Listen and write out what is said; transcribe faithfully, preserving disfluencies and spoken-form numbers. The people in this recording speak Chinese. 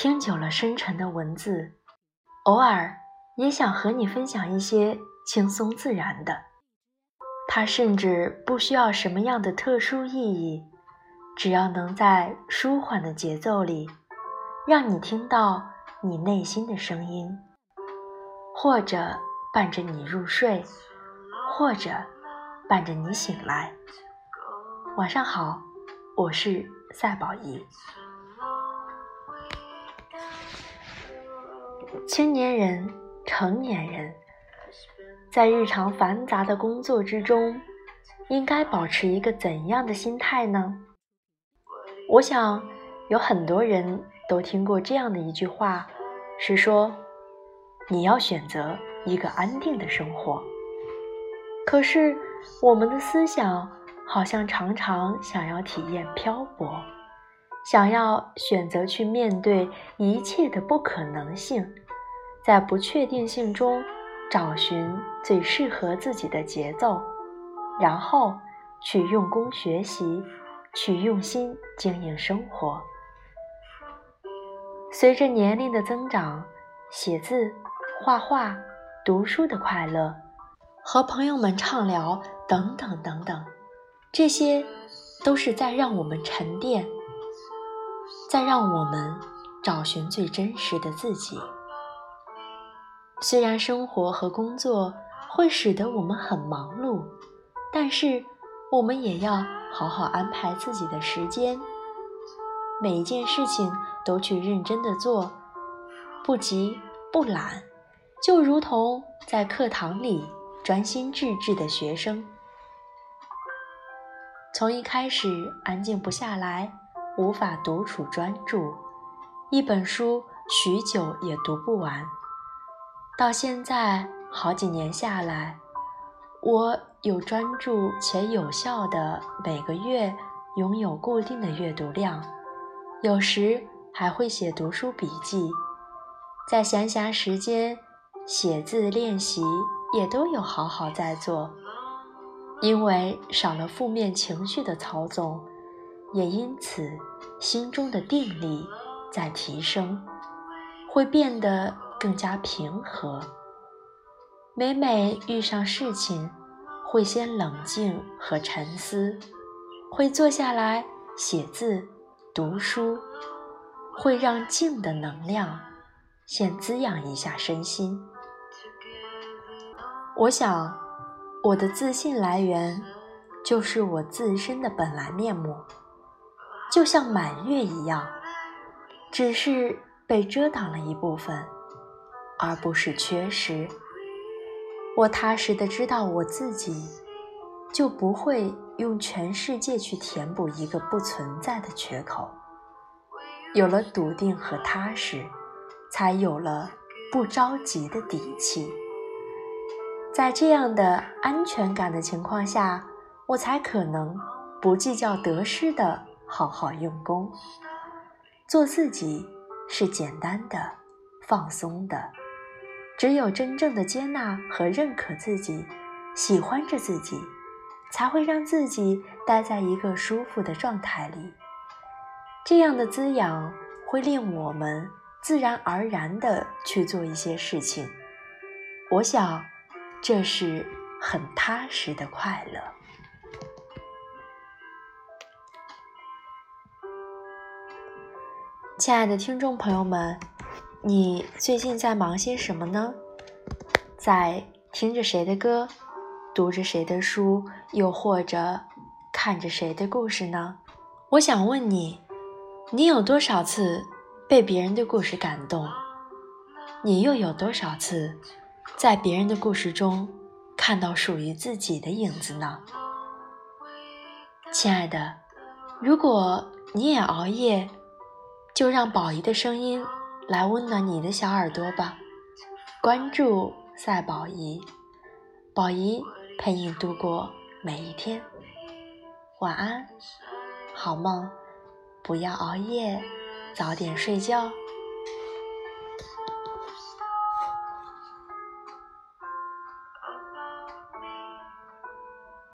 听久了深沉的文字，偶尔也想和你分享一些轻松自然的。它甚至不需要什么样的特殊意义，只要能在舒缓的节奏里，让你听到你内心的声音，或者伴着你入睡，或者伴着你醒来。晚上好，我是赛宝仪。青年人、成年人，在日常繁杂的工作之中，应该保持一个怎样的心态呢？我想有很多人都听过这样的一句话，是说你要选择一个安定的生活。可是我们的思想好像常常想要体验漂泊，想要选择去面对一切的不可能性，在不确定性中找寻最适合自己的节奏，然后去用功学习，去用心经营生活。随着年龄的增长，写字、画画、读书的快乐，和朋友们畅聊等等等等，这些都是在让我们沉淀，在让我们找寻最真实的自己。虽然生活和工作会使得我们很忙碌，但是我们也要好好安排自己的时间，每一件事情都去认真的做，不急不懒，就如同在课堂里专心致志的学生。从一开始安静不下来，无法独处专注，一本书许久也读不完，到现在好几年下来，我有专注且有效的每个月拥有固定的阅读量，有时还会写读书笔记，在闲暇时间写字练习也都有好好在做。因为少了负面情绪的操纵，也因此心中的定力在提升，会变得更加平和。每每遇上事情，会先冷静和沉思，会坐下来写字读书，会让静的能量先滋养一下身心。我想我的自信来源就是我自身的本来面目，就像满月一样，只是被遮挡了一部分，而不是缺失。我踏实地知道我自己，就不会用全世界去填补一个不存在的缺口。有了笃定和踏实，才有了不着急的底气。在这样的安全感的情况下，我才可能不计较得失的好好用功。做自己是简单的、放松的，只有真正的接纳和认可自己，喜欢着自己，才会让自己待在一个舒服的状态里。这样的滋养会令我们自然而然地去做一些事情。我想这是很踏实的快乐。亲爱的听众朋友们，你最近在忙些什么呢？在听着谁的歌，读着谁的书，又或者看着谁的故事呢？我想问你，你有多少次被别人的故事感动？你又有多少次在别人的故事中看到属于自己的影子呢？亲爱的，如果你也熬夜，就让宝仪的声音来温暖你的小耳朵吧。关注赛宝仪，宝仪陪你度过每一天。晚安，好梦，不要熬夜，早点睡觉。